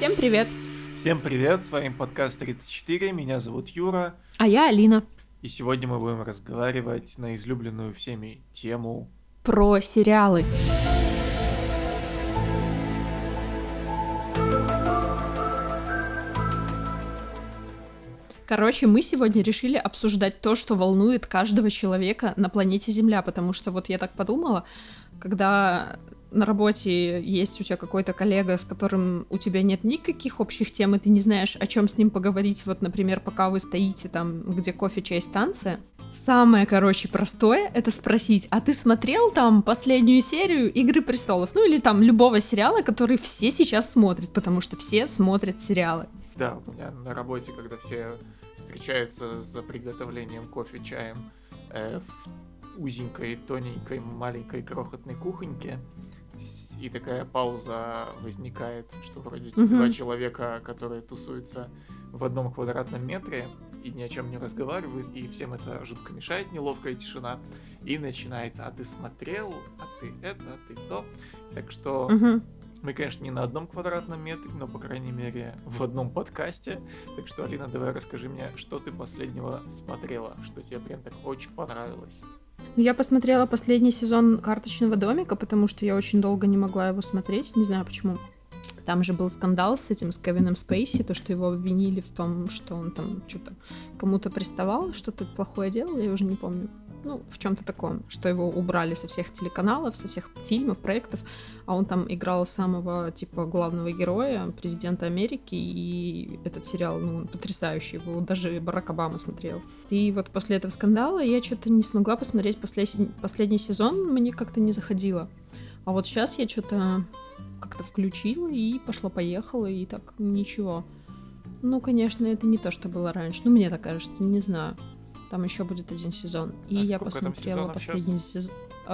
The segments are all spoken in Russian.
Всем привет! Всем привет, с вами подкаст 34, меня зовут Юра. А я Алина. И сегодня мы будем разговаривать на излюбленную всеми тему про сериалы. Короче, мы сегодня решили обсуждать то, что волнует каждого человека на планете Земля, потому что вот я так подумала, когда на работе есть у тебя какой-то коллега, с которым у тебя нет никаких общих тем, и ты не знаешь, о чем с ним поговорить, вот, например, пока вы стоите там, где кофе, чай, станция. Самое, простое — это спросить: а ты смотрел там последнюю серию «Игры престолов»? Ну или там любого сериала, который все сейчас смотрят, потому что все смотрят сериалы. Да, у меня на работе, когда все встречаются за приготовлением кофе, чаем в узенькой, тоненькой, маленькой, крохотной кухоньке, и такая пауза возникает, что вроде два человека, которые тусуются в одном квадратном метре и ни о чем не разговаривают, и всем это жутко мешает, неловкая тишина, и начинается: а ты смотрел, а ты это, а ты то. Так что мы, конечно, не на одном квадратном метре, но, по крайней мере, в одном подкасте. Так что, Алина, давай расскажи мне, что ты последнего смотрела, что тебе прям так очень понравилось. Я посмотрела последний сезон «Карточного домика», потому что я очень долго не могла его смотреть, не знаю почему. Там же был скандал с Кевином Спейси, то, что его обвинили в том, что он там что-то кому-то приставал, что-то плохое делал, я уже не помню. Ну, в чем-то таком, что его убрали со всех телеканалов, со всех фильмов, проектов, а он там играл самого, главного героя, президента Америки, и этот сериал, он потрясающий, его даже Барак Обама смотрел. И вот после этого скандала я что-то не смогла посмотреть последний сезон, мне как-то не заходило. А вот сейчас я что-то как-то включила и пошло-поехало, и так ничего. Ну, конечно, это не то, что было раньше, мне так кажется, не знаю. Там еще будет один сезон. И я посмотрела последний сезон.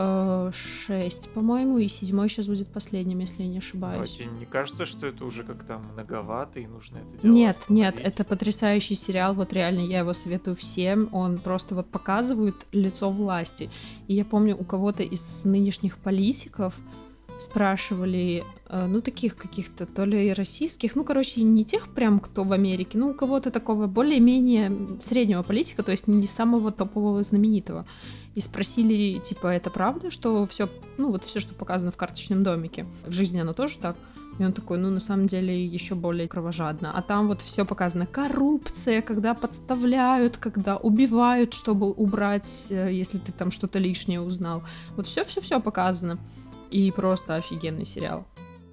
6, по-моему, и 7 сейчас будет последним, если я не ошибаюсь. А тебе не кажется, что это уже как-то многовато и нужно это делать? Нет, это потрясающий сериал, вот реально я его советую всем. Он просто вот показывает лицо власти. И я помню, у кого-то из нынешних политиков спрашивали, таких каких-то, то ли российских, не тех прям, кто в Америке, у кого-то такого более-менее среднего политика, то есть не самого топового знаменитого. И спросили, это правда, что все, все, что показано в «Карточном домике», в жизни оно тоже так? И он такой: на самом деле еще более кровожадно. А там вот все показано: коррупция, когда подставляют, когда убивают, чтобы убрать, если ты там что-то лишнее узнал. Вот все показано. И просто офигенный сериал.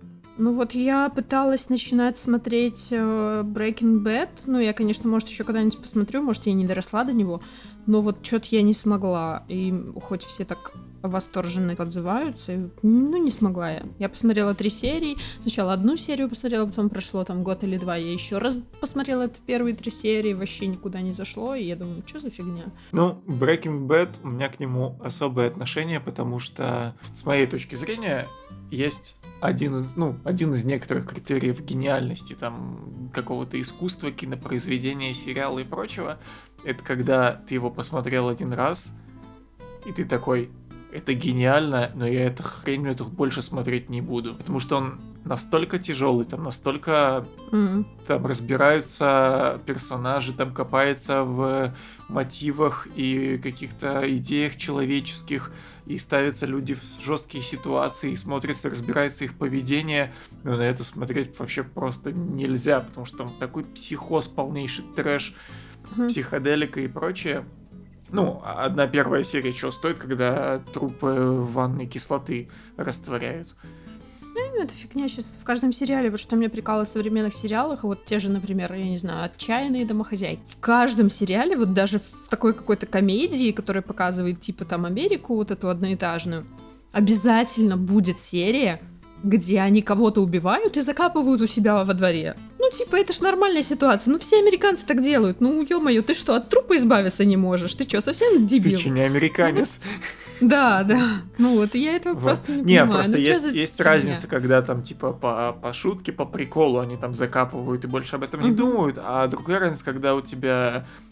Я пыталась начинать смотреть Breaking Bad. Я, конечно, может, еще когда-нибудь посмотрю, может, я не доросла до него, но вот что-то я не смогла. И хоть все так восторженно отзываются, не смогла я. Я посмотрела 3 серии. Сначала одну серию посмотрела, потом прошло там год или 2. Я еще раз посмотрела первые 3 серии, вообще никуда не зашло, и я думаю, что за фигня? Breaking Bad, у меня к нему особое отношение, потому что, с моей точки зрения, есть один из некоторых критериев гениальности там какого-то искусства, кинопроизведения, сериала и прочего. Это когда ты его посмотрел один раз, и ты такой: это гениально, но я эту хрень больше смотреть не буду. Потому что он настолько тяжелый, там настолько там разбираются персонажи, там копается в мотивах и каких-то идеях человеческих, и ставятся люди в жесткие ситуации, и смотрится, разбирается их поведение. Но на это смотреть вообще просто нельзя, потому что там такой психоз, полнейший трэш, психоделика и прочее. Одна первая серия чего стоит, когда трупы в ванной кислоты растворяют. Это фигня сейчас в каждом сериале. Вот что меня прикалывает в современных сериалах, вот те же, например, я не знаю, «Отчаянные домохозяйки». В каждом сериале, вот даже в такой какой-то комедии, которая показывает там Америку, вот эту одноэтажную, обязательно будет серия, где они кого-то убивают и закапывают у себя во дворе. Это ж нормальная ситуация. Все американцы так делают. Ё-моё, ты что, от трупа избавиться не можешь? Ты что, совсем дебил? Ты что, не американец? Да. Я этого просто не понимаю. Просто есть разница, когда там по шутке, по приколу они там закапывают и больше об этом не думают, а другая разница, когда у тебя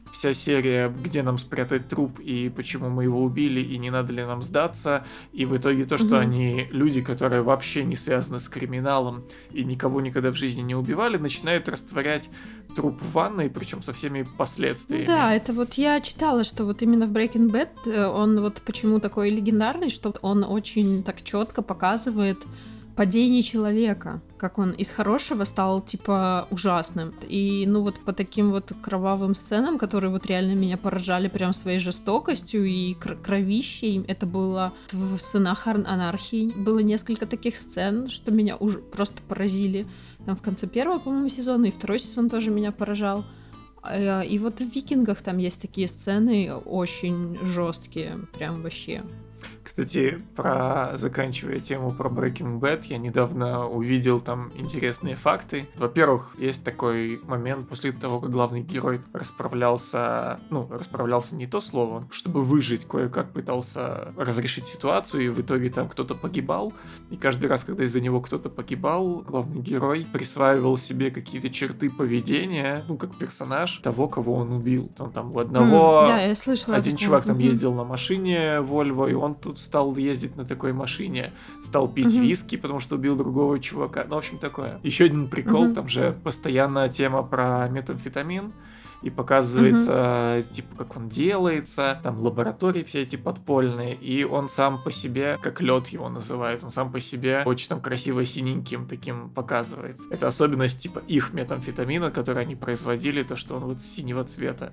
вся серия, где нам спрятать труп и почему мы его убили, и не надо ли нам сдаться. И в итоге то, что они люди, которые вообще не связаны с криминалом и никого никогда в жизни не убивали, начинают растворять труп в ванной, причем со всеми последствиями. Да, это вот я читала, что вот именно в Breaking Bad он вот почему такой легендарный, что он очень так четко показывает падение человека, как он из хорошего стал, типа, ужасным. И, ну, вот по таким вот кровавым сценам, которые вот реально меня поражали прям своей жестокостью и кровищей, это было в «Сынах анархии». Было несколько таких сцен, что меня уже просто поразили. Там в конце первого, по-моему, сезона, и второй сезон тоже меня поражал. И вот в «Викингах» там есть такие сцены очень жесткие, прям вообще. Кстати, заканчивая тему про Breaking Bad, я недавно увидел там интересные факты. Во-первых, есть такой момент после того, как главный герой расправлялся не то слово, чтобы выжить, кое-как пытался разрешить ситуацию, и в итоге там кто-то погибал. И каждый раз, когда из-за него кто-то погибал, главный герой присваивал себе какие-то черты поведения, как персонаж того, кого он убил. Там у одного... Да, я слышала. Один чувак там ездил на машине Volvo, и он тут стал ездить на такой машине, стал пить виски, потому что убил другого чувака. Ну, в общем, такое. Еще один прикол, там же постоянная тема про метамфетамин, и показывается, типа, как он делается, там лаборатории все эти подпольные, и он сам по себе, как лед его называют, он сам по себе очень там красиво синеньким таким показывается. Это особенность, типа, их метамфетамина, который они производили, то, что он вот синего цвета.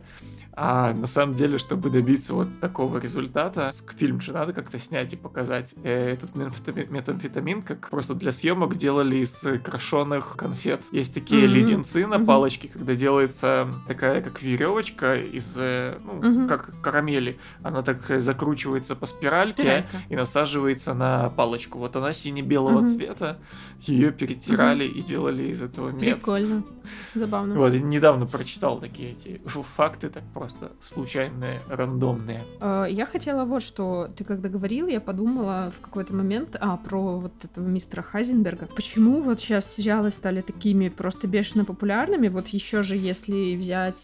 А на самом деле, чтобы добиться вот такого результата, фильм же надо как-то снять и показать. Этот метамфетамин, как просто для съемок, делали из крашеных конфет. Есть такие леденцы на палочке, когда делается такая как веревочка из, как карамели. Она так закручивается по спиральке и насаживается на палочку. Вот она сине-белого цвета. Ее перетирали и делали из этого мед. Прикольно. Забавно. Вот, и недавно прочитал такие эти факты, так просто случайные, рандомные. Я хотела вот что. Ты когда говорил, я подумала в какой-то момент про вот этого мистера Хайзенберга. Почему вот сейчас сериалы стали такими просто бешено популярными? Вот еще же, если взять,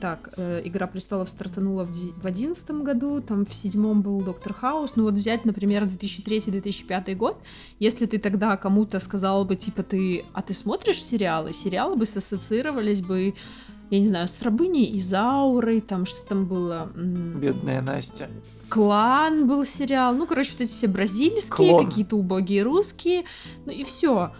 «Игра престолов» стартанула в 2011 году, там в 2007 был «Доктор Хаус». Ну вот взять, например, 2003-2005 год, если ты тогда кому-то сказал бы, типа, ты смотришь сериалы? Сериалы бы ассоциировались бы, я не знаю, с «Рабыней Изаурой», там что там было? «Бедная Настя». «Клан» был сериал, вот эти все бразильские, какие-то убогие русские, и все.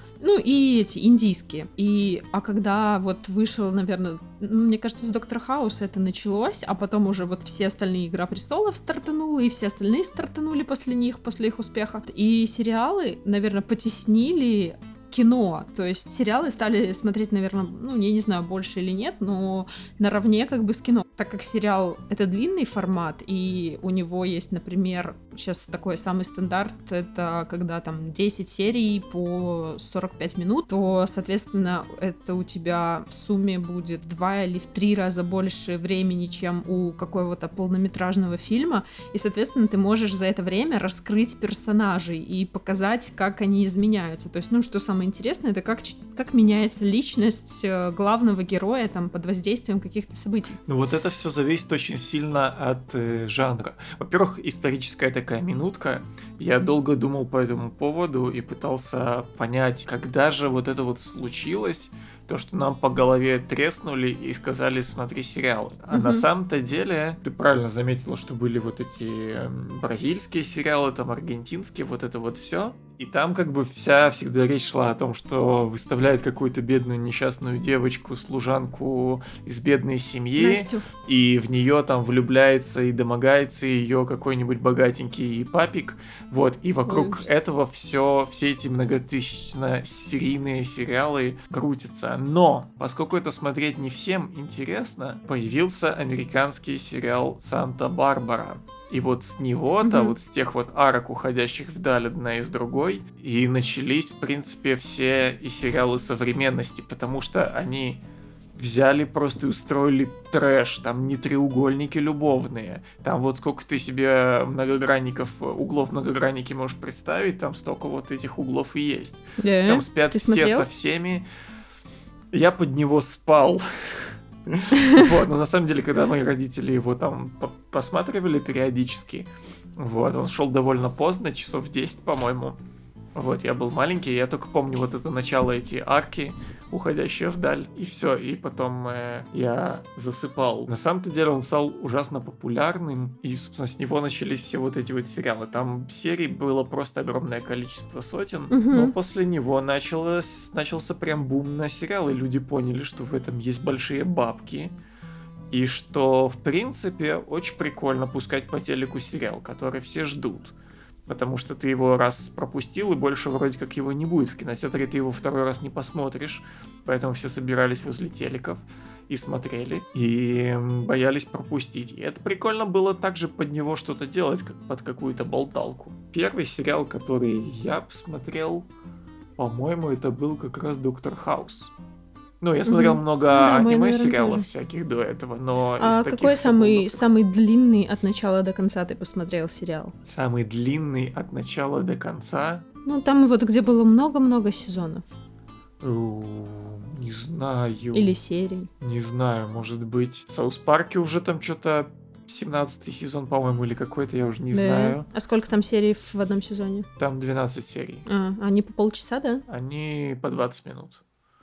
И эти индийские. А когда вот вышел, наверное, мне кажется, с «Доктора Хауса» это началось, а потом уже вот все остальные «Игра престолов» стартанула, и все остальные стартанули после их успеха. И сериалы, наверное, потеснили кино, то есть сериалы стали смотреть, наверное, я не знаю, больше или нет, но наравне как бы с кино. Так как сериал — это длинный формат, и у него есть, например, сейчас такой самый стандарт, это когда там 10 серий по 45 минут, то, соответственно, это у тебя в сумме будет в 2 или в 3 раза больше времени, чем у какого-то полнометражного фильма, и, соответственно, ты можешь за это время раскрыть персонажей и показать, как они изменяются. То есть, что самое интересное, это как меняется личность главного героя там под воздействием каких-то событий. Вот это все зависит очень сильно от жанра. Во-первых, историческая такая минутка. Я долго думал по этому поводу и пытался понять, когда же вот это вот случилось, то, что нам по голове треснули и сказали: смотри сериалы. А на самом-то деле, ты правильно заметила, что были вот эти бразильские сериалы, там аргентинские, вот это вот все. И там как бы всегда речь шла о том, что выставляет какую-то бедную несчастную девочку, служанку из бедной семьи, Настю. И в нее там влюбляется и домогается ее какой-нибудь богатенький папик. Вот, и вокруг этого все эти многотысячно-серийные сериалы крутятся. Но, поскольку это смотреть не всем интересно, появился американский сериал «Санта-Барбара». И вот с него-то, вот с тех вот арок, уходящих вдаль одна из другой, и начались, в принципе, все и сериалы современности, потому что они взяли просто и устроили трэш, там не треугольники любовные, там вот сколько ты себе углов многогранники можешь представить, там столько вот этих углов и есть. Там спят все со всеми. Я под него спал. Вот, но на самом деле, когда мои родители его там посматривали периодически, вот, он шел довольно поздно, часов 10, по-моему. Вот, я был маленький, я только помню вот это начало, эти арки, уходящие вдаль, и все, и потом я засыпал. На самом-то деле он стал ужасно популярным, и, собственно, с него начались все вот эти вот сериалы. Там серий было просто огромное количество сотен, но после него начался прям бум на сериалы, люди поняли, что в этом есть большие бабки, и что, в принципе, очень прикольно пускать по телеку сериал, который все ждут. Потому что ты его раз пропустил, и больше вроде как его не будет в кинотеатре, ты его второй раз не посмотришь. Поэтому все собирались возле телеков и смотрели, и боялись пропустить. И это прикольно было также под него что-то делать, как под какую-то болталку. Первый сериал, который я посмотрел, по-моему, это был как раз «Доктор Хаус». Ну, я смотрел много аниме-сериалов всяких до этого, но из таких... какой самый длинный от начала до конца ты посмотрел сериал? Самый длинный от начала до конца? Ну, там вот где было много-много сезонов. Не знаю. Или серий. Не знаю, может быть. В Саус Парке уже там что-то 17-й сезон, по-моему, или какой-то, я уже не знаю. А сколько там серий в одном сезоне? Там 12 серий. Они по полчаса, да? Они по 20 минут.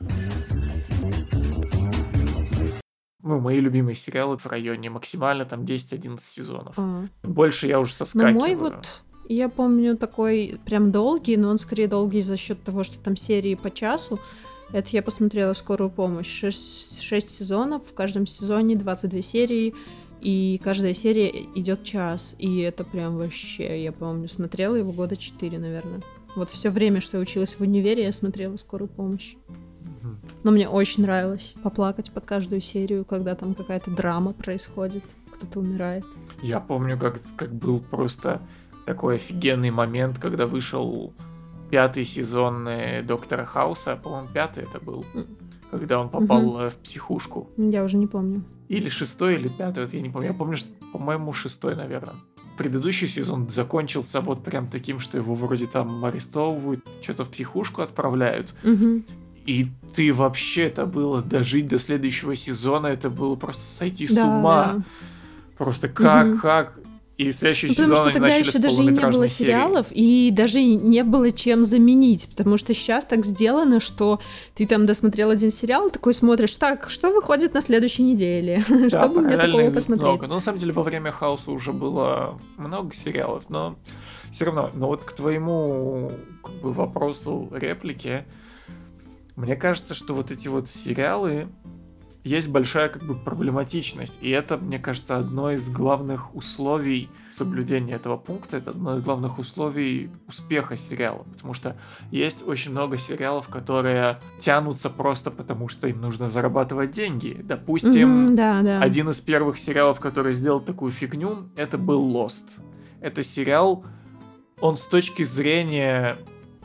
Ну, мои любимые сериалы в районе максимально там 10-11 сезонов. Больше я уже соскакиваю. Ну, мой вот, я помню, такой прям долгий, но он скорее долгий за счет того, что там серии по часу. Это я посмотрела «Скорую помощь». 6 сезонов, в каждом сезоне 22 серии, и каждая серия идет час. И это прям вообще, я помню, смотрела его года 4, наверное. Вот все время, что я училась в универе, я смотрела «Скорую помощь». Но мне очень нравилось поплакать под каждую серию, когда там какая-то драма происходит, кто-то умирает. Я помню, как был просто такой офигенный момент, когда вышел 5-й сезон «Доктора Хауса», по-моему, 5-й это был, когда он попал в психушку. Я уже не помню. Или 6-й, или 5-й, вот я не помню. Я помню, что, по-моему, 6-й, наверное. Предыдущий сезон закончился вот прям таким, что его вроде там арестовывают, что-то в психушку отправляют. И ты вообще, это было дожить до следующего сезона, это было просто сойти с ума. Да. Просто как... И следующий сезон они начали с полнометражной серии. Потому что тогда еще даже и не было сериалов, и даже не было чем заменить, потому что сейчас так сделано, что ты там досмотрел один сериал, такой смотришь, так, что выходит на следующей неделе? Да, чтобы мне такого посмотреть? Много. Но на самом деле во время Хауса уже было много сериалов, но все равно, но вот к твоему вопросу, реплике, мне кажется, что вот эти вот сериалы, есть большая проблематичность, и это, мне кажется, одно из главных условий соблюдения этого пункта, это одно из главных условий успеха сериала, потому что есть очень много сериалов, которые тянутся просто потому, что им нужно зарабатывать деньги. Допустим, один из первых сериалов, который сделал такую фигню, это был Lost. Это сериал, он с точки зрения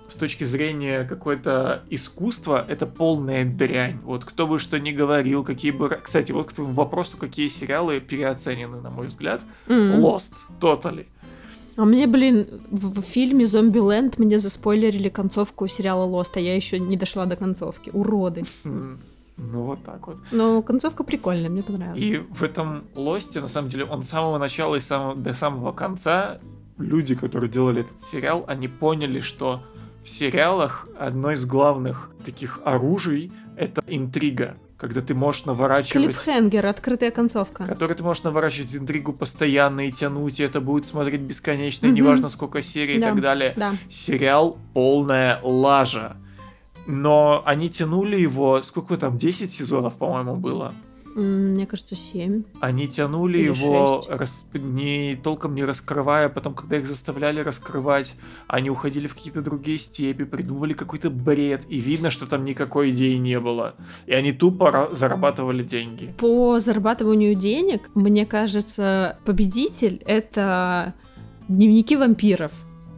какое-то искусства, это полная дрянь. Вот кто бы что ни говорил, какие бы... Кстати, вот к твоему вопросу, какие сериалы переоценены, на мой взгляд. Lost, Totally. А мне, в фильме «Зомбиленд» мне заспойлерили концовку сериала Lost, а я еще не дошла до концовки. Уроды. Ну, вот так вот. Но концовка прикольная, мне понравилась. И в этом Лосте, на самом деле, он с самого начала и до самого конца, люди, которые делали этот сериал, они поняли, что в сериалах одно из главных таких оружий — это интрига, когда ты можешь наворачивать... Клиффхенгер, открытая концовка. Когда ты можешь наворачивать интригу постоянно и тянуть, и это будет смотреть бесконечно, неважно сколько серий и так далее. Да. Сериал полная лажа. Но они тянули его... Сколько там? 10 сезонов, по-моему, было? Мне кажется, 7. Они тянули или его, толком не раскрывая, потом, когда их заставляли раскрывать, они уходили в какие-то другие степи, придумывали какой-то бред, и видно, что там никакой идеи не было. И они тупо зарабатывали деньги. По зарабатыванию денег, мне кажется, победитель — это «Дневники вампиров».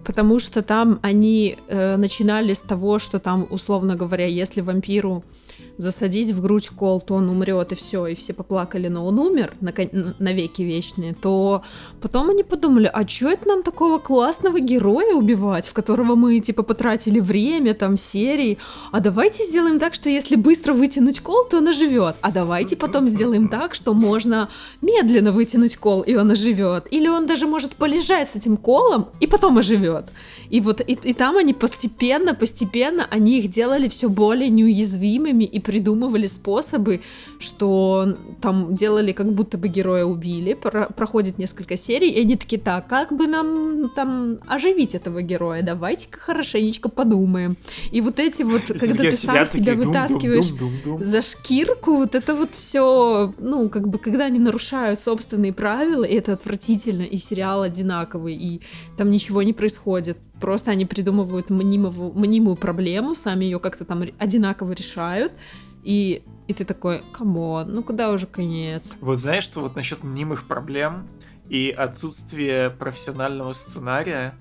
Потому что там они начинали с того, что там, условно говоря, если вампиру засадить в грудь кол, то он умрет, и все поплакали, но он умер на веки вечные, то потом они подумали, а чё это нам такого классного героя убивать, в которого мы, типа, потратили время, там, серии, а давайте сделаем так, что если быстро вытянуть кол, то он оживет, а давайте потом сделаем так, что можно медленно вытянуть кол, и он оживет, или он даже может полежать с этим колом, и потом оживет. И вот и там они постепенно они их делали все более неуязвимыми и придумывали способы, что там делали, как будто бы героя убили, проходит несколько серий, и они такие, так, как бы нам там оживить этого героя, давайте-ка хорошенечко подумаем. И вот эти вот, когда ты сам себя вытаскиваешь за шкирку, вот это вот все, ну, как бы, когда они нарушают собственные правила, и это отвратительно, и сериал одинаковый, и там ничего не происходит. Просто они придумывают мнимую проблему, сами ее как-то там одинаково решают, и ты такой, камон, ну куда уже конец? Вот знаешь, что вот насчет мнимых проблем и отсутствия профессионального сценария,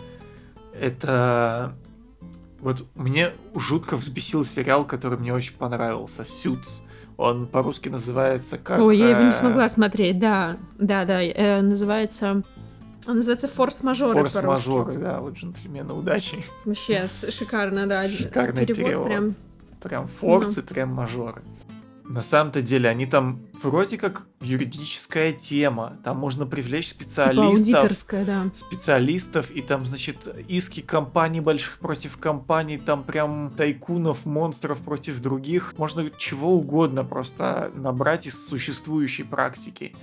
это... Вот мне жутко взбесил сериал, который мне очень понравился, Suits. Он по-русски называется как... Ой, я его не смогла смотреть, да, называется... Он называется «Форс-мажоры» по-русски. «Форс-мажоры», да, вот «Джентльмены удачи». Вообще, шикарно, да. Шикарный перевод. Прям «форс» и прям «мажоры». На самом-то деле, они там вроде как юридическая тема. Там можно привлечь специалистов. Типа аудиторская, да. Специалистов, и там, значит, иски компаний больших против компаний, там прям тайкунов, монстров против других. Можно чего угодно просто набрать из существующей практики.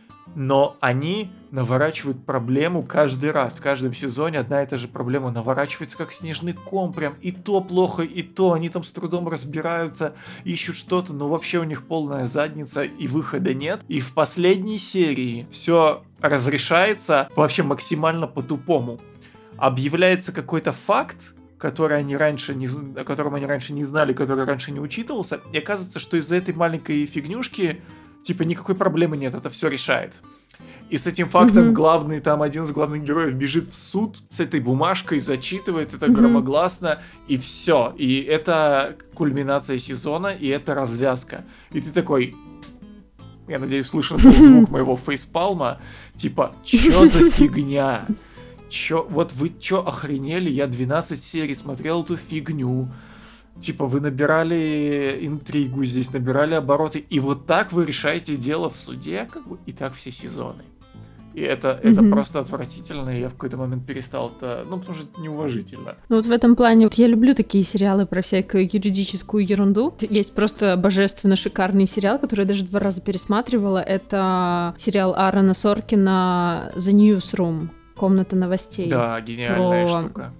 Но они наворачивают проблему каждый раз. В каждом сезоне одна и та же проблема наворачивается как снежный ком. Прям и то плохо, и то. Они там с трудом разбираются, ищут что-то, но вообще у них полная задница и выхода нет. И в последней серии все разрешается вообще максимально по-тупому. Объявляется какой-то факт, о котором они раньше не знали, который раньше не учитывался. И оказывается, что из-за этой маленькой фигнюшки типа никакой проблемы нет, это все решает. И с этим фактом один из главных героев бежит в суд с этой бумажкой, зачитывает это громогласно, и все. И это кульминация сезона, и это развязка. И ты такой... Я надеюсь, слышно был звук моего фейспалма. Типа, чё за фигня? Вот вы чё охренели? Я 12 серий смотрел эту фигню. Типа, вы набирали интригу здесь, набирали обороты, и вот так вы решаете дело в суде, как бы, и так все сезоны. И это просто отвратительно, и я в какой-то момент перестал это, потому что это неуважительно. Ну вот в этом плане я люблю такие сериалы про всякую юридическую ерунду. Есть просто божественно шикарный сериал, который я даже 2 раза пересматривала. Это сериал Аарона Соркина «The Newsroom», «Комната новостей». Да, гениальная штука.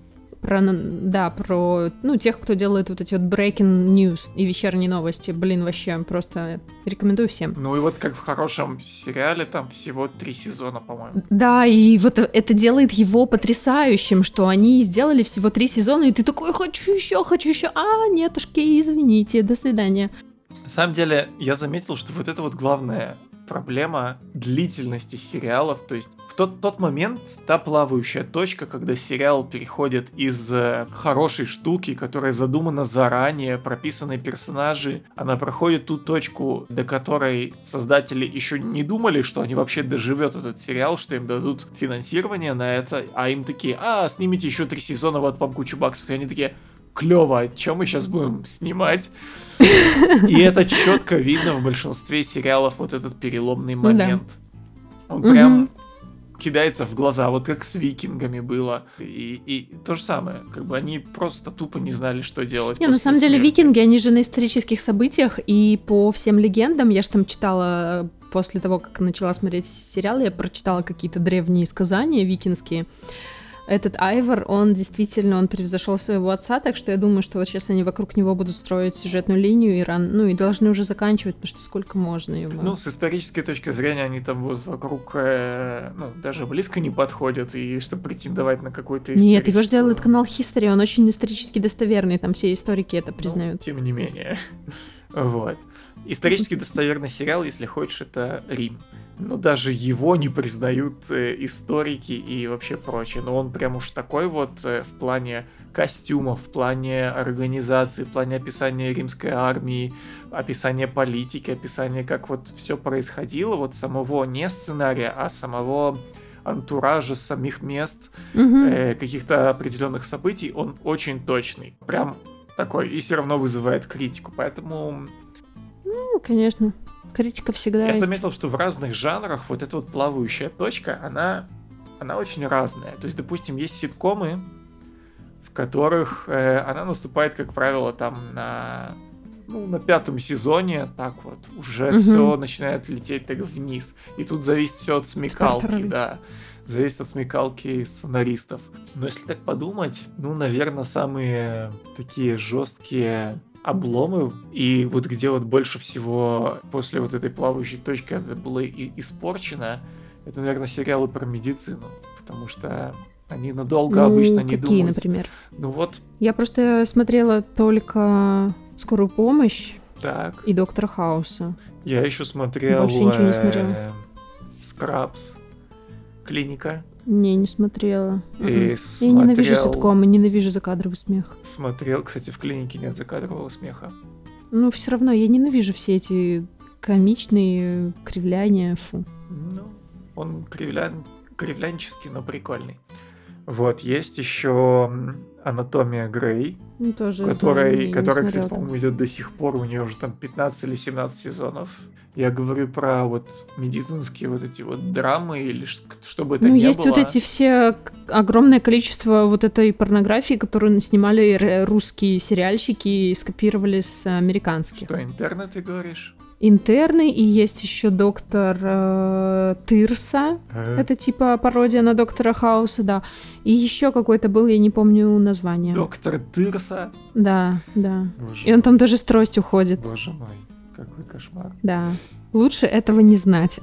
Про тех, кто делает вот эти вот breaking news и вечерние новости. Блин, вообще, просто рекомендую всем. Ну и вот как в хорошем сериале, там всего 3 сезона, по-моему. Да, и вот это делает его потрясающим, что они сделали всего 3 сезона, и ты такой, хочу еще, нетушки, извините, до свидания. На самом деле, я заметил, что вот это вот главная проблема длительности сериалов, то есть в тот момент, та плавающая точка, когда сериал переходит из хорошей штуки, которая задумана заранее, прописанные персонажи, она проходит ту точку, до которой создатели еще не думали, что они вообще доживет этот сериал, что им дадут финансирование на это, а им такие, снимите еще 3 сезона, вот вам кучу баксов, и они такие, клево, что мы сейчас будем снимать? И это четко видно в большинстве сериалов, вот этот переломный момент. Он прям кидается в глаза, вот как с «Викингами» было. И то же самое, как бы они просто тупо не знали, что делать. На самом деле «Викинги», они же на исторических событиях, и по всем легендам, я же там читала, после того, как начала смотреть сериал, я прочитала какие-то древние сказания викинские. Этот Айвор, он превзошел своего отца, так что я думаю, что вот сейчас они вокруг него будут строить сюжетную линию и должны уже заканчивать, потому что сколько можно ему. С исторической точки зрения они там вокруг даже близко не подходят, и чтобы претендовать на какой-то исторический... Нет, его же делает канал History, он очень исторически достоверный, там все историки это признают. Тем не менее. Вот. исторически достоверный сериал, если хочешь, это Рим. Но даже его не признают историки и вообще прочее. Но он прям уж такой вот в плане костюмов, в плане организации, в плане описания римской армии, описания политики, описания, как вот все происходило, вот самого не сценария, а самого антуража, самих мест, каких-то определенных событий, он очень точный. Прям такой, и все равно вызывает критику, поэтому... Ну, конечно. Критика всегда Я есть. заметил, что в разных жанрах вот эта вот плавающая точка, она очень разная. То есть, допустим, есть ситкомы, в которых она наступает, как правило, там на 5-м сезоне, так вот, уже все начинает лететь так вниз. И тут зависит все от смекалки, да. Зависит от смекалки сценаристов. Но если так подумать, наверное, самые такие жесткие обломы, и вот где вот больше всего после вот этой плавающей точки это было испорчено, это, наверное, сериалы про медицину, потому что они надолго обычно не думают. Какие, например? Я просто смотрела только «Скорую помощь» так. и «Доктора Хауса». Я еще смотрел больше ничего не смотрел. «Скрабс», «Клиника». Не смотрела. Я ненавижу ситкомы, ненавижу закадровый смех. Смотрел, кстати, в «Клинике» нет закадрового смеха. Все равно я ненавижу все эти комичные кривляния, фу. Он кривлянческий, но прикольный. Вот, есть еще «Анатомия Грей», тоже которая, кстати, по-моему, идет до сих пор, у нее уже там 15 или 17 сезонов. Я говорю про вот медицинские вот эти вот драмы или что бы это ни было. Есть вот эти все огромное количество вот этой порнографии, которую снимали русские сериальщики и скопировали с американских. Что, «Интерны» ты говоришь? «Интерны», и есть еще «Доктор Тырса». Это типа пародия на «Доктора Хауса», да. И еще какой-то был, я не помню название. «Доктор Тырса»? Да. Боже и он там даже с тростью ходит. Боже мой, какой кошмар. Да. Лучше этого не знать.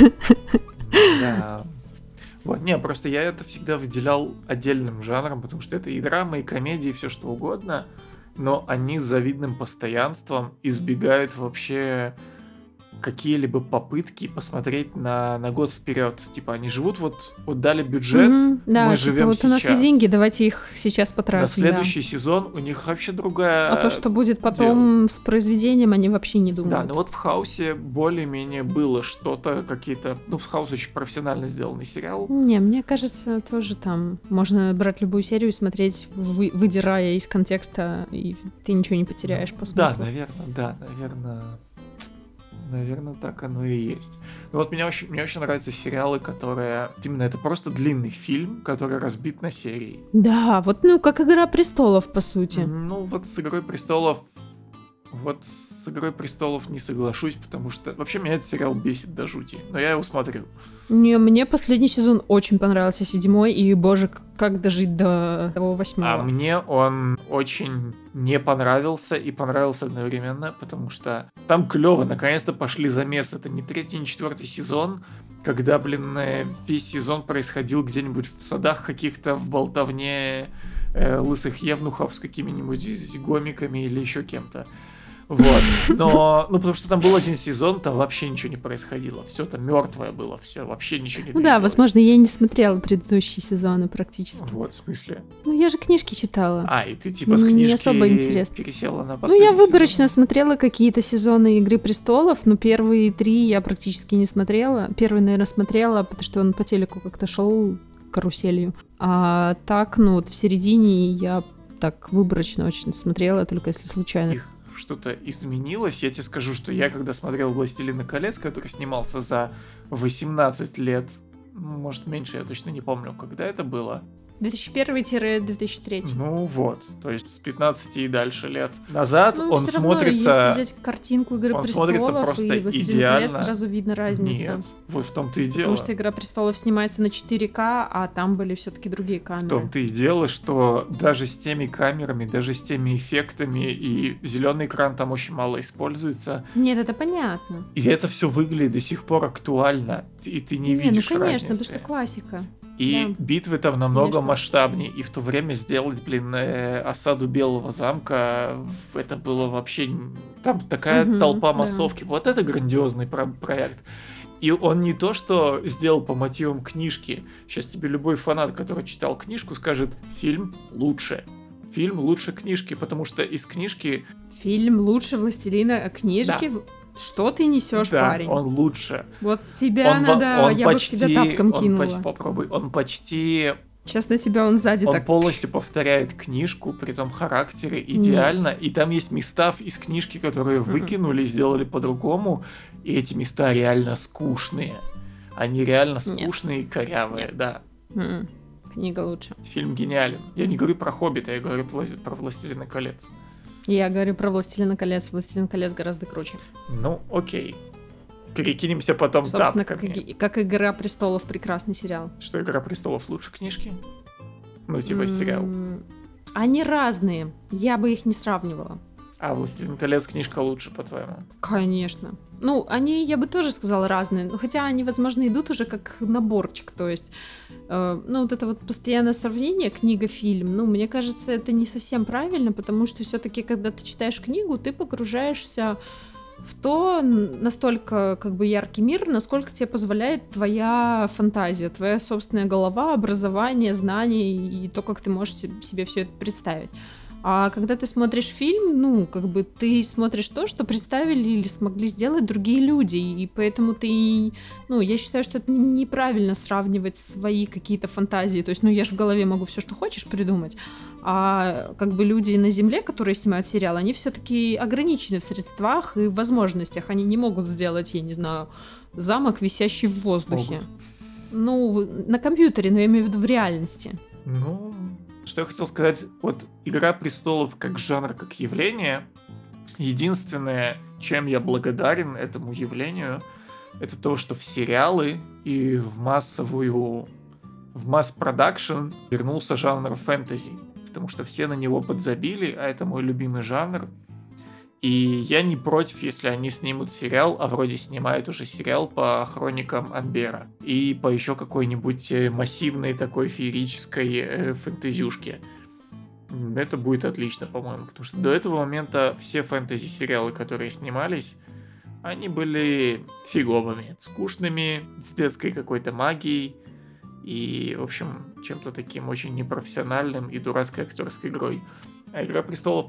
Да. Вот, просто я это всегда выделял отдельным жанром, потому что это и драма, и комедия, и все что угодно, но они с завидным постоянством избегают вообще какие-либо попытки посмотреть на год вперед. Типа, они живут, вот дали бюджет, мы живем вот сейчас. У нас есть деньги, давайте их сейчас потратим. На следующий сезон у них вообще другая... А то, что будет потом с произведением, они вообще не думают. Да, но вот в «Хаусе» более-менее было что-то, какие-то... в «Хаус» очень профессионально сделанный сериал. Не, мне кажется, тоже там можно брать любую серию и смотреть, выдирая из контекста, и ты ничего не потеряешь по смыслу. Наверное, так оно и есть. Но вот мне очень нравятся сериалы, которые... Именно это просто длинный фильм, который разбит на серии. Да, вот как «Игра престолов», по сути. Вот с «Игрой престолов» не соглашусь, потому что... Вообще, меня этот сериал бесит до жути, но я его смотрю. Мне последний сезон очень понравился, 7-й, и, боже, как дожить до того 8-го. А мне он очень не понравился и понравился одновременно, потому что там клево, наконец-то пошли замесы. Это не 3-й, не 4-й сезон, когда, весь сезон происходил где-нибудь в садах каких-то, в болтовне лысых евнухов с какими-нибудь гомиками или еще кем-то. Вот. Но, потому что там был один сезон, там вообще ничего не происходило. Все там мертвое было, все, вообще ничего не двигалось. Да, возможно, я не смотрела предыдущие сезоны практически. Вот, в смысле? Я же книжки читала. И ты типа с книжки не особо интересно. Пересела на последний я выборочно сезон. смотрела какие-то сезоны «Игры престолов», но первые 3 я практически не смотрела. Первый, наверное, смотрела, потому что он по телеку как-то шел каруселью. А так, в середине я так выборочно очень смотрела, только если случайно. Что-то изменилось. Я тебе скажу, что я когда смотрел «Властелина колец», который снимался за 18 лет, может меньше, я точно не помню, когда это было. 2001-2003. То есть с 15 и дальше лет назад он всё равно, смотрится... если взять картинку «Игры престолов» смотрится просто и «Властелин идеально. колец», сразу видно разницу. Нет, вот в том-то и дело. Потому что «Игра престолов» снимается на 4К, а там были все-таки другие камеры. В том-то и дело, что даже с теми камерами, даже с теми эффектами, и зеленый экран там очень мало используется. Нет, это понятно. И это все выглядит до сих пор актуально, и ты не видишь конечно, разницы. потому что классика. И Да, битвы там намного конечно. масштабнее. И в то время сделать, осаду Белого замка, это было вообще... Там такая Мгм, толпа да. массовки. Вот это грандиозный проект. И он не то, что сделал по мотивам книжки. Сейчас тебе любой фанат, который читал книжку, скажет, фильм лучше. Фильм лучше книжки, потому что из книжки... Фильм лучше «Властелина» книжки. Что ты несешь, Да, парень? он лучше. Вот тебя надо, я бы в тебя тапком кинула. Попробуй. Он почти... Сейчас на тебя он сзади Он так... полностью повторяет книжку, при том характере идеально. И там есть места из книжки, которые выкинули и сделали по-другому. И эти места реально скучные. Они реально скучные и корявые, да. М-м. Книга лучше. Фильм гениален. Я не говорю про «Хоббита», я говорю про «Властелина колец». Я говорю про «Властелина колец». «Властелин колец» гораздо круче. Ну, окей. Перекинемся потом Собственно, тапками. как «Игра престолов» прекрасный сериал. Что «Игра престолов» лучше книжки? Ну, типа сериал. Они разные. Я бы их не сравнивала. А «Властелин колец» книжка лучше, по-твоему? Конечно. Ну, они, я бы тоже сказала, разные. Но хотя они, возможно, идут уже как наборчик. То есть, вот это вот постоянное сравнение книга-фильм, мне кажется, это не совсем правильно, потому что все-таки, когда ты читаешь книгу, ты погружаешься в то настолько как бы яркий мир, насколько тебе позволяет твоя фантазия, твоя собственная голова, образование, знания и то, как ты можешь себе все это представить. А когда ты смотришь фильм, как бы ты смотришь то, что представили или смогли сделать другие люди, и поэтому ты, я считаю, что это неправильно сравнивать свои какие-то фантазии, то есть, я же в голове могу все, что хочешь придумать, а как бы люди на Земле, которые снимают сериал, они все-таки ограничены в средствах и в возможностях, они не могут сделать, я не знаю, замок, висящий в воздухе. На компьютере, но я имею в виду в реальности. Что я хотел сказать, вот «Игра престолов» как жанр, как явление, единственное, чем я благодарен этому явлению, это то, что в сериалы и в масс-продакшн вернулся жанр фэнтези, потому что все на него подзабили, а это мой любимый жанр. И я не против, если они снимут сериал, а вроде снимают уже сериал по хроникам Амбера. И по еще какой-нибудь массивной такой феерической фэнтезюшке. Это будет отлично, по-моему. Потому что до этого момента все фэнтези-сериалы, которые снимались, они были фиговыми, скучными, с детской какой-то магией. И, в общем, чем-то таким очень непрофессиональным и дурацкой актерской игрой. А «Игра престолов»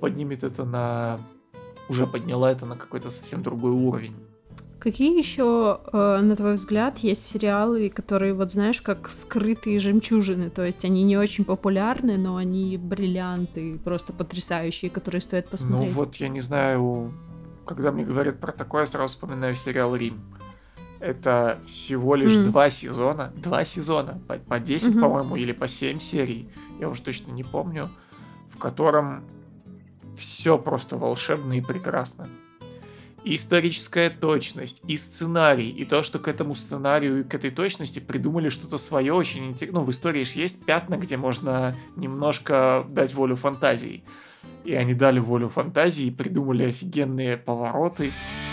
уже подняла это на какой-то совсем другой уровень. Какие еще, на твой взгляд, есть сериалы, которые, вот знаешь, как скрытые жемчужины, то есть они не очень популярны, но они бриллианты, просто потрясающие, которые стоит посмотреть? Я не знаю, когда мне говорят про такое, сразу вспоминаю сериал «Рим». Это всего лишь 2 сезона, по 10, по-моему, или по 7 серий, я уже точно не помню, в котором все просто волшебно и прекрасно. И историческая точность, и сценарий, и то, что к этому сценарию и к этой точности придумали что-то свое очень интересное. В истории же есть пятна, где можно немножко дать волю фантазии. И они дали волю фантазии и придумали офигенные повороты.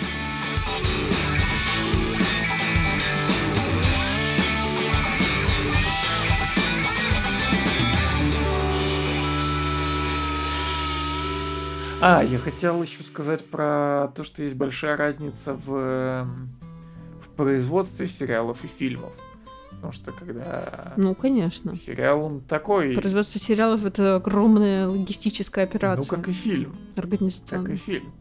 Я хотел еще сказать про то, что есть большая разница в производстве сериалов и фильмов. Потому что когда... Конечно. Сериал, он такой... Производство сериалов — это огромная логистическая операция. как и фильм. Организационная. Как и фильм.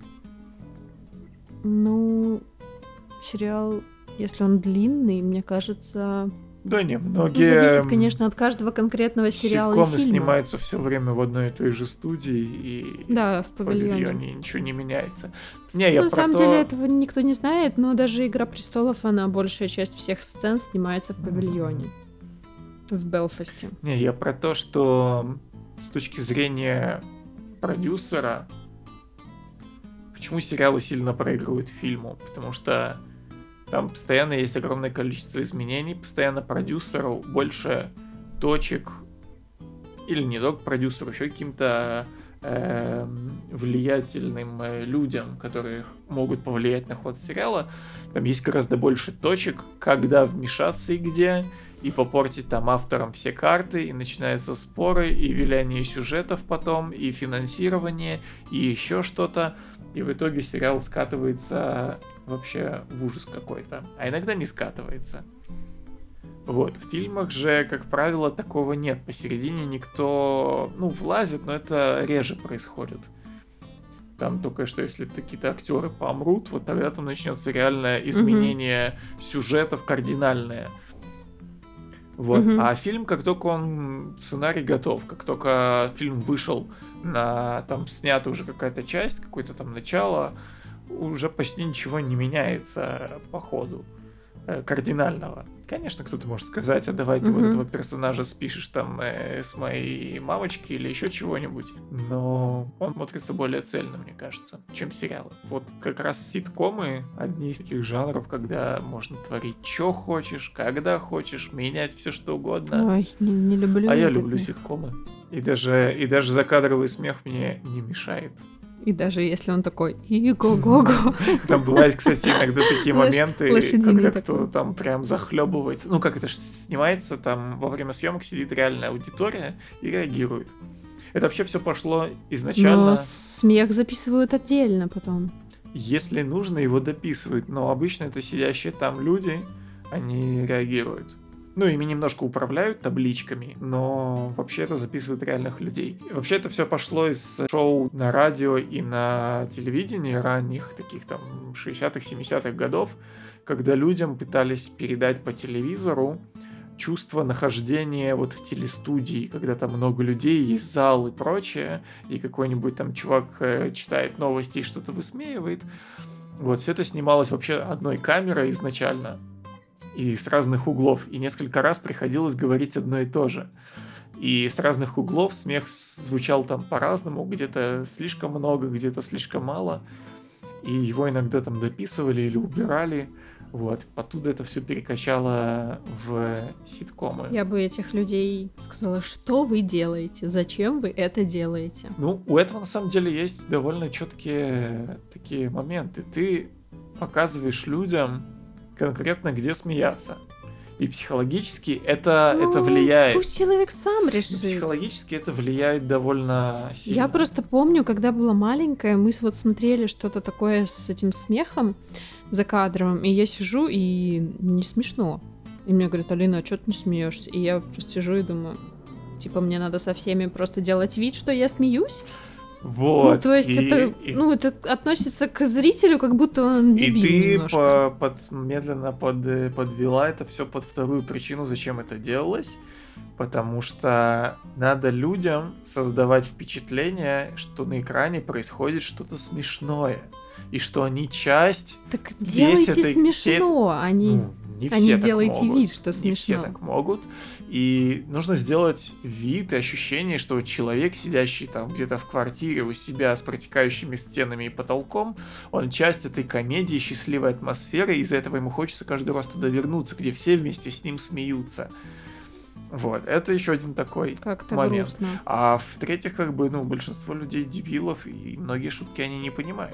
Сериал, если он длинный, мне кажется... Да не, многие... зависит, конечно, от каждого конкретного сериала и фильма. Ситкомы снимаются все время в одной и той же студии, и в павильоне ничего не меняется. На самом деле этого никто не знает, но даже «Игра престолов», большая часть всех сцен снимается в павильоне. В Белфасте. Я про то, что с точки зрения продюсера, почему сериалы сильно проигрывают фильму? Потому что там постоянно есть огромное количество изменений, постоянно продюсеру больше точек, или не только продюсеру, еще каким-то влиятельным людям, которые могут повлиять на ход сериала, там есть гораздо больше точек, когда вмешаться и где, и попортить там авторам все карты, и начинаются споры, и виляние сюжетов потом, и финансирование, и еще что-то. И в итоге сериал скатывается вообще в ужас какой-то. А иногда не скатывается. Вот. В фильмах же, как правило, такого нет. Посередине никто, влазит, но это реже происходит. Там только что, если какие-то актеры помрут, вот тогда там начнется реальное изменение сюжетов кардинальное. Вот. А фильм, как только сценарий готов, как только фильм вышел, там снята уже какая-то часть, какое-то там начало, уже почти ничего не меняется по ходу кардинального. Конечно, кто-то может сказать, а давай ты вот этого персонажа спишешь там с моей мамочки или еще чего-нибудь, но он смотрится более цельно, мне кажется, чем сериалы. Вот как раз ситкомы одни из таких жанров, когда можно творить что хочешь, когда хочешь, менять все что угодно. Ой, не люблю. А я люблю ситкомы. И даже закадровый смех мне не мешает. И даже если он такой «и-го-го-го». Там бывают, кстати, иногда такие моменты, когда кто-то там прям захлебывается. Как это же снимается, там во время съемок сидит реальная аудитория и реагирует. Это вообще все пошло изначально... Но смех записывают отдельно потом. Если нужно, его дописывают, но обычно это сидящие там люди, они реагируют. Ими немножко управляют табличками, но вообще это записывают реальных людей. И вообще это все пошло из шоу на радио и на телевидении ранних, таких там 60-х, 70-х годов, когда людям пытались передать по телевизору чувство нахождения вот в телестудии, когда там много людей, есть зал и прочее, и какой-нибудь там чувак читает новости и что-то высмеивает. Вот, все это снималось вообще одной камерой изначально. И с разных углов. И несколько раз приходилось говорить одно и то же. И с разных углов смех звучал там по-разному. Где-то слишком много, где-то слишком мало. И его иногда там дописывали или убирали. Вот. Оттуда это все перекачало в ситкомы. Я бы этих людей сказала, что вы делаете? Зачем вы это делаете? У этого на самом деле есть довольно четкие такие моменты. Ты показываешь людям конкретно где смеяться. И психологически это влияет. Пусть человек сам решит. Психологически это влияет довольно сильно. Я просто помню, когда была маленькая, мы вот смотрели что-то такое с этим смехом за кадром, и я сижу, и не смешно. И мне говорят: Алина, а что ты не смеешься? И я просто сижу и думаю, мне надо со всеми просто делать вид, что я смеюсь. Вот. То есть это относится к зрителю, как будто он дебил немножко. И ты медленно подвела это все под вторую причину, зачем это делалось. Потому что надо людям создавать впечатление, что на экране происходит что-то смешное. И что они часть... Так делайте смешно, они делайте вид, что смешно. Не все так могут. И нужно сделать вид и ощущение, что человек, сидящий там где-то в квартире у себя с протекающими стенами и потолком, он часть этой комедии, счастливой атмосферы, и из-за этого ему хочется каждый раз туда вернуться, где все вместе с ним смеются. Вот, это еще один такой как-то момент. Грустно. А в-третьих, большинство людей дебилов, и многие шутки они не понимают.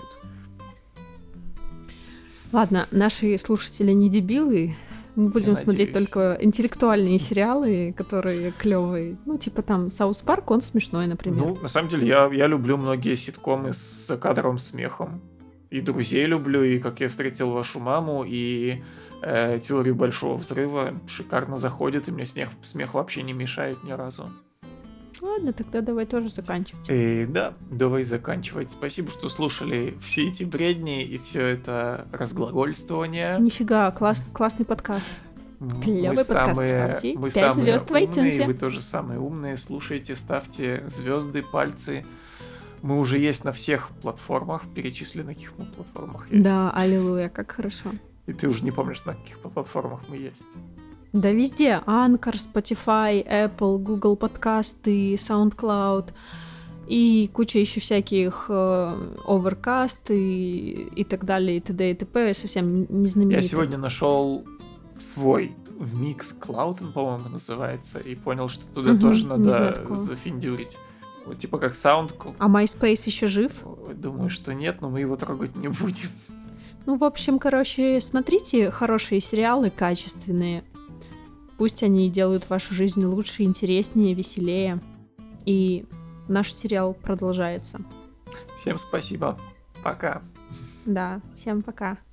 Ладно, наши слушатели не дебилы. Мы будем смотреть только интеллектуальные сериалы, которые клевые. Типа там Саус Парк, он смешной, например. На самом деле, я люблю многие ситкомы с закадровым смехом. И «Друзей» люблю, и «Как я встретил вашу маму», и «Теорию большого взрыва». Шикарно заходит, и мне смех вообще не мешает ни разу. Ладно, тогда давай тоже заканчивать. Да, давай заканчивать. Спасибо, что слушали все эти бредни и все это разглагольствование. Нифига, классный подкаст. Клевый подкаст. Ставьте 5 звезд в iTunes. Вы тоже самые умные. Слушайте, ставьте звезды, пальцы. Мы уже есть на всех платформах. Перечисли, на каких мы платформах есть. Да, аллилуйя, как хорошо. И ты уже не помнишь, на каких платформах мы есть. Да везде. Anchor, Spotify, Apple, Google подкасты, SoundCloud и куча еще всяких Overcast и так далее, и т.д. и т.п. Совсем не знаменитых. Я сегодня нашел свой в Mixcloud, он, по-моему, называется, и понял, что туда тоже надо зафиндюрить. Вот типа как SoundCloud. А MySpace еще жив? Думаю, что нет, но мы его трогать не будем. Ну, в общем, короче, смотрите хорошие сериалы, качественные. Пусть они делают вашу жизнь лучше, интереснее, веселее. И наш сериал продолжается. Всем спасибо. Пока. Да, всем пока.